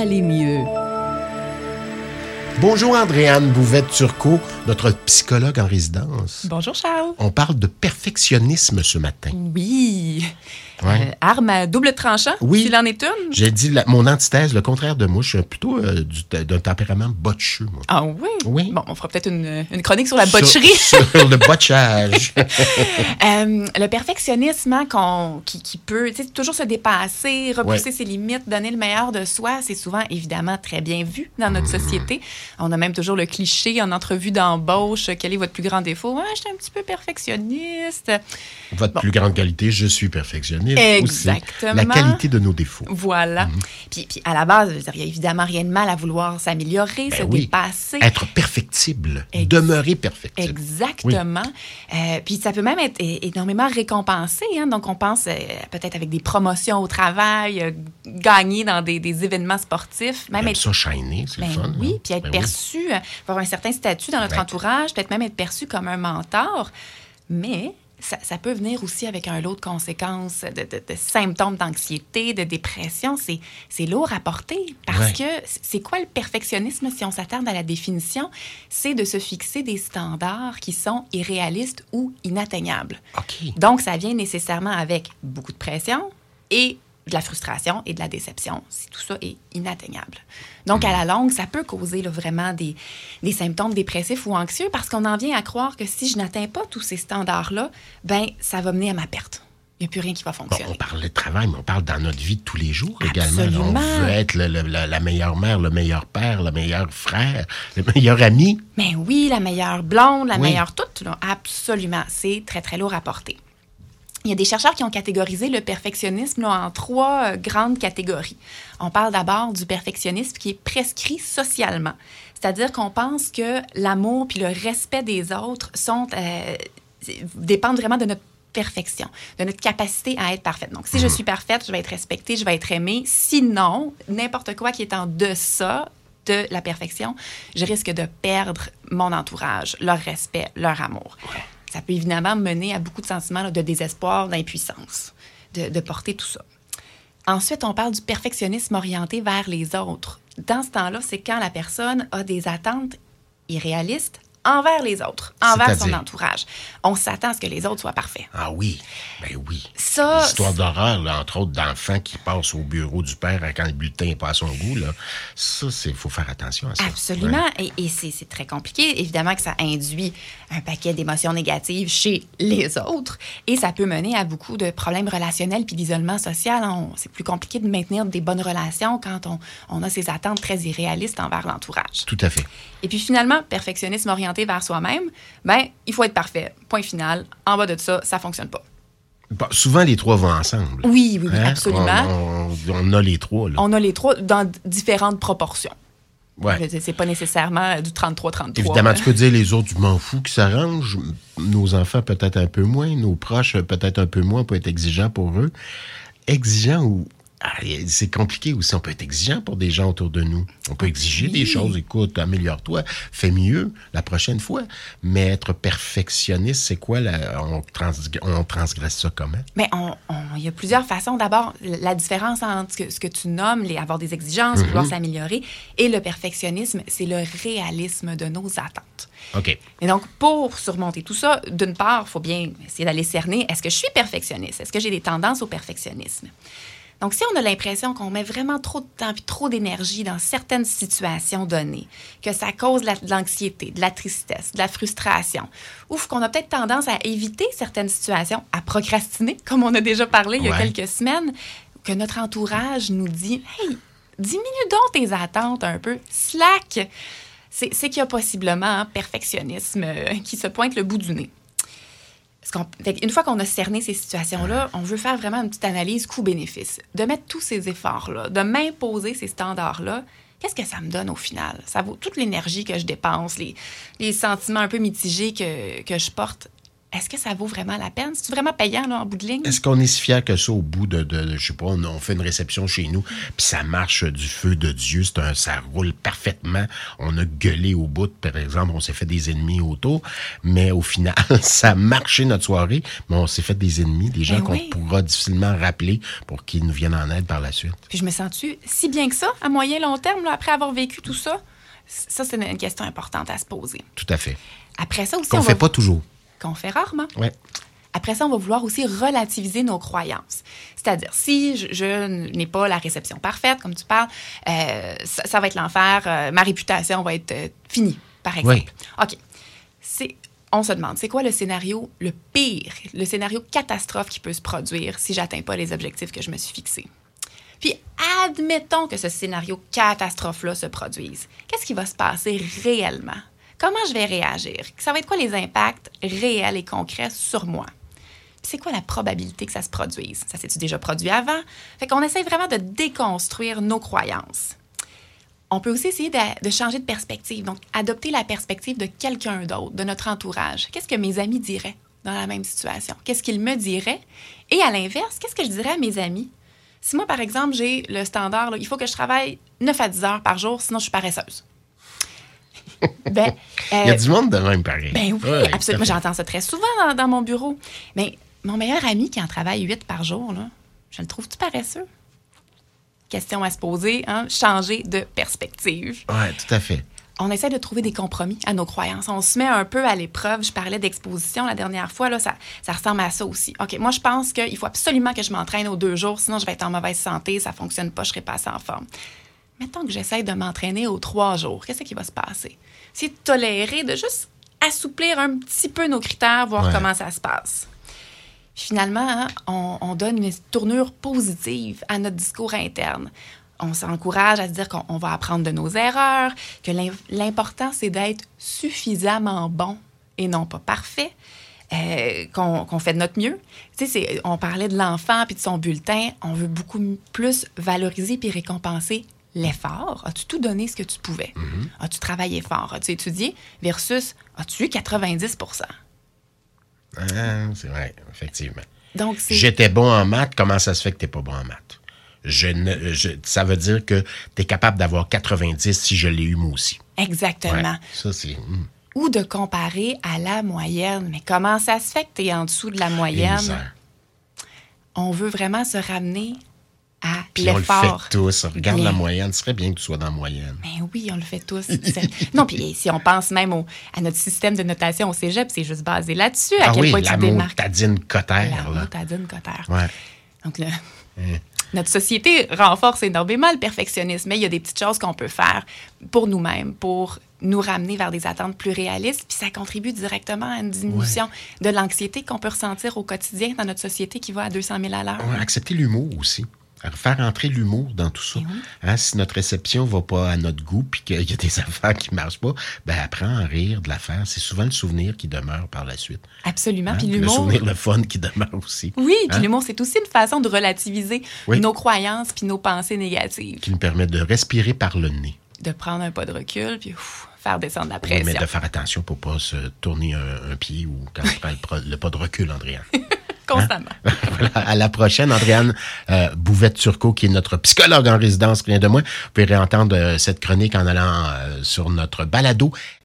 aller mieux. Bonjour Andréane Bouvette-Turcot, notre psychologue en résidence. Bonjour Charles. On parle de perfectionnisme ce matin. Oui. Ouais. Arme à double tranchant, Oui. s'il en est une. J'ai dit mon antithèse, le contraire de moi. Je suis plutôt d'un tempérament botcheux, moi. Ah oui? Oui. Bon, on fera peut-être une chronique sur la botcherie. Sur le botchage. Le perfectionnisme qui peut toujours se dépasser, repousser Ouais. ses limites, donner le meilleur de soi, c'est souvent évidemment très bien vu dans notre société. On a même toujours le cliché en entrevue d'embauche, quel est votre plus grand défaut? Ah, je suis un petit peu perfectionniste. Votre plus grande qualité, je suis perfectionniste. Exactement. Aussi. La qualité de nos défauts. Voilà. Puis à la base, il n'y a évidemment rien de mal à vouloir s'améliorer, se dépasser. Être perfectible. Demeurer perfectible. Exactement. Puis ça peut même être énormément récompensé. Hein? Donc, on pense peut-être avec des promotions au travail, gagner dans des événements sportifs. Même être ça shiner, c'est le fun. Oui, hein? puis être perçu, avoir un certain statut dans notre entourage, peut-être même être perçu comme un mentor. Mais ça peut venir aussi avec un lot de conséquences, de symptômes d'anxiété, de dépression. C'est lourd à porter parce que c'est quoi le perfectionnisme si on s'attarde à la définition? C'est de se fixer des standards qui sont irréalistes ou inatteignables. OK. Donc, ça vient nécessairement avec beaucoup de pression et de la frustration et de la déception si tout ça est inatteignable. Donc, à la longue, ça peut causer vraiment des symptômes dépressifs ou anxieux parce qu'on en vient à croire que si je n'atteins pas tous ces standards-là, ben ça va mener à ma perte. Il n'y a plus rien qui va fonctionner. Bon, on parle de travail, mais on parle dans notre vie de tous les jours également. Absolument. On veut être la meilleure mère, le meilleur père, le meilleur frère, le meilleur ami. Mais oui, la meilleure blonde, la Oui. meilleure toute, là, absolument. C'est très, très lourd à porter. Il y a des chercheurs qui ont catégorisé le perfectionnisme là, en 3 grandes catégories. On parle d'abord du perfectionnisme qui est prescrit socialement. C'est-à-dire qu'on pense que l'amour puis le respect des autres dépendent vraiment de notre perfection, de notre capacité à être parfaite. Donc, si je suis parfaite, je vais être respectée, je vais être aimée. Sinon, n'importe quoi qui est en deçà de la perfection, je risque de perdre mon entourage, leur respect, leur amour. Ouais. Ça peut évidemment mener à beaucoup de sentiments là, de désespoir, d'impuissance, de porter tout ça. Ensuite, on parle du perfectionnisme orienté vers les autres. Dans ce temps-là, c'est quand la personne a des attentes irréalistes envers les autres, envers son entourage. On s'attend à ce que les autres soient parfaits. Ah oui, ben oui. Ça, l'histoire d'horreur, là, entre autres, d'enfants qui passent au bureau du père quand le bulletin n'est pas à son goût, là, ça, il faut faire attention à ça. Absolument. Ouais. Et c'est très compliqué. Évidemment que ça induit un paquet d'émotions négatives chez les autres et ça peut mener à beaucoup de problèmes relationnels puis d'isolement social. C'est plus compliqué de maintenir des bonnes relations quand on a ces attentes très irréalistes envers l'entourage. Tout à fait. Et puis finalement, perfectionnisme orienté vers soi-même, ben il faut être parfait. Point final. En bas de ça, ça fonctionne pas. Bon, souvent, les 3 vont ensemble. Oui, absolument. On a les 3, là. On a les 3 dans différentes proportions. Ouais. C'est pas nécessairement du 33-33. Évidemment, tu peux dire les autres, je m'en fous, qui s'arrangent. Nos enfants, peut-être un peu moins. Nos proches, peut-être un peu moins. On peut être exigeant pour eux. Exigeant ou... c'est compliqué aussi. On peut être exigeant pour des gens autour de nous. On peut exiger des choses. Écoute, améliore-toi, fais mieux la prochaine fois. Mais être perfectionniste, c'est quoi? On transgresse ça comment? Mais il y a plusieurs façons. D'abord, la différence entre ce que tu nommes, avoir des exigences, vouloir s'améliorer, et le perfectionnisme, c'est le réalisme de nos attentes. OK. Et donc, pour surmonter tout ça, d'une part, il faut bien essayer d'aller cerner, est-ce que je suis perfectionniste? Est-ce que j'ai des tendances au perfectionnisme? Donc, si on a l'impression qu'on met vraiment trop de temps et trop d'énergie dans certaines situations données, que ça cause de l'anxiété, de la tristesse, de la frustration, ou qu'on a peut-être tendance à éviter certaines situations, à procrastiner, comme on a déjà parlé il y a quelques semaines, que notre entourage nous dit « Hey, diminue donc tes attentes un peu, slack », c'est qu'il y a possiblement un perfectionnisme qui se pointe le bout du nez. Une fois qu'on a cerné ces situations-là, on veut faire vraiment une petite analyse coût-bénéfice, de mettre tous ces efforts-là, de m'imposer ces standards-là. Qu'est-ce que ça me donne au final? Ça vaut toute l'énergie que je dépense, les sentiments un peu mitigés que je porte. est-ce que ça vaut vraiment la peine? C'est vraiment payant, là, en bout de ligne? Est-ce qu'on est si fier que ça au bout de je sais pas, on fait une réception chez nous, puis ça marche du feu de Dieu, ça roule parfaitement. On a gueulé au bout, par exemple, on s'est fait des ennemis autour, mais au final, ça a marché notre soirée, mais on s'est fait des ennemis, des gens qu'on pourra difficilement rappeler pour qu'ils nous viennent en aide par la suite. Puis je me sens-tu si bien que ça, à moyen long terme, là, après avoir vécu tout ça? Ça, c'est une question importante à se poser. Tout à fait. Après ça aussi, qu'on fait pas toujours. Qu'on fait rarement. Ouais. Après ça, on va vouloir aussi relativiser nos croyances. C'est-à-dire, si je n'ai pas la réception parfaite, comme tu parles, ça va être l'enfer, ma réputation va être finie, par exemple. Oui. OK. On se demande, c'est quoi le scénario le pire, le scénario catastrophe qui peut se produire si je n'atteins pas les objectifs que je me suis fixés? Puis, admettons que ce scénario catastrophe-là se produise. Qu'est-ce qui va se passer réellement? Comment je vais réagir? Ça va être quoi les impacts réels et concrets sur moi? Puis c'est quoi la probabilité que ça se produise? Ça s'est-tu déjà produit avant? Fait qu'on essaie vraiment de déconstruire nos croyances. On peut aussi essayer de changer de perspective, donc adopter la perspective de quelqu'un d'autre, de notre entourage. Qu'est-ce que mes amis diraient dans la même situation? Qu'est-ce qu'ils me diraient? Et à l'inverse, qu'est-ce que je dirais à mes amis? Si moi, par exemple, j'ai le standard, là, il faut que je travaille 9 à 10 heures par jour, sinon je suis paresseuse. Il y a du monde de même, pareil. Ben oui, absolument. J'entends ça très souvent dans mon bureau. Mais mon meilleur ami qui en travaille 8 par jour, là, je le trouve-tu paresseux? Question à se poser, hein? Changer de perspective. Oui, tout à fait. On essaie de trouver des compromis à nos croyances. On se met un peu à l'épreuve. Je parlais d'exposition la dernière fois. Là, ça ressemble à ça aussi. OK, moi, je pense qu'il faut absolument que je m'entraîne aux 2 jours, sinon je vais être en mauvaise santé, ça ne fonctionne pas, je ne serai pas assez en forme. Mettons que j'essaie de m'entraîner aux 3 jours. Qu'est-ce qui va se passer? C'est de tolérer, de juste assouplir un petit peu nos critères, voir comment ça se passe. Finalement, hein, on donne une tournure positive à notre discours interne. On s'encourage à se dire qu'on va apprendre de nos erreurs, que l'important, c'est d'être suffisamment bon et non pas parfait, qu'on fait de notre mieux. Tu sais, on parlait de l'enfant puis de son bulletin. On veut beaucoup plus valoriser puis récompenser l'effort. As-tu tout donné ce que tu pouvais? Mm-hmm. As-tu travaillé fort? As-tu étudié? Versus, as-tu eu 90 c'est vrai, effectivement. Donc, j'étais bon en maths, comment ça se fait que tu n'es pas bon en maths? Ça veut dire que tu es capable d'avoir 90 si je l'ai eu moi aussi. Exactement. Ouais, ça, c'est... Ou de comparer à la moyenne. Mais comment ça se fait que tu es en dessous de la moyenne? On veut vraiment se ramener à puis l'effort. On le fait tous. Regarde la moyenne. Ce serait bien que tu sois dans la moyenne. Ben oui, on le fait tous. Non, puis si on pense même à notre système de notation au cégep, c'est juste basé là-dessus. À quel point tu démarques. Moutadine Cotter. La moutadine Cotter. Ouais. Donc, notre société renforce énormément le perfectionnisme, mais il y a des petites choses qu'on peut faire pour nous-mêmes, pour nous ramener vers des attentes plus réalistes, puis ça contribue directement à une diminution de l'anxiété qu'on peut ressentir au quotidien dans notre société qui va à 200 000 à l'heure. Ouais, accepter l'humour aussi. Faire entrer l'humour dans tout ça. Oui. Hein, si notre réception ne va pas à notre goût puis qu'il y a des affaires qui ne marchent pas, ben apprends à rire de l'affaire. C'est souvent le souvenir qui demeure par la suite. Absolument. Hein? Puis l'humour... Le souvenir, le fun qui demeure aussi. Oui, puis l'humour, c'est aussi une façon de relativiser nos croyances puis nos pensées négatives. Qui nous permet de respirer par le nez. De prendre un pas de recul puis faire descendre la pression. Oui, mais de faire attention pour ne pas se tourner un pied ou quand tu prends le pas de recul, Andréane. Constamment. Hein? Voilà, à la prochaine, Andréane Bouvette-Turcot, qui est notre psychologue en résidence, rien de moins. Vous pourrez entendre cette chronique en allant sur notre balado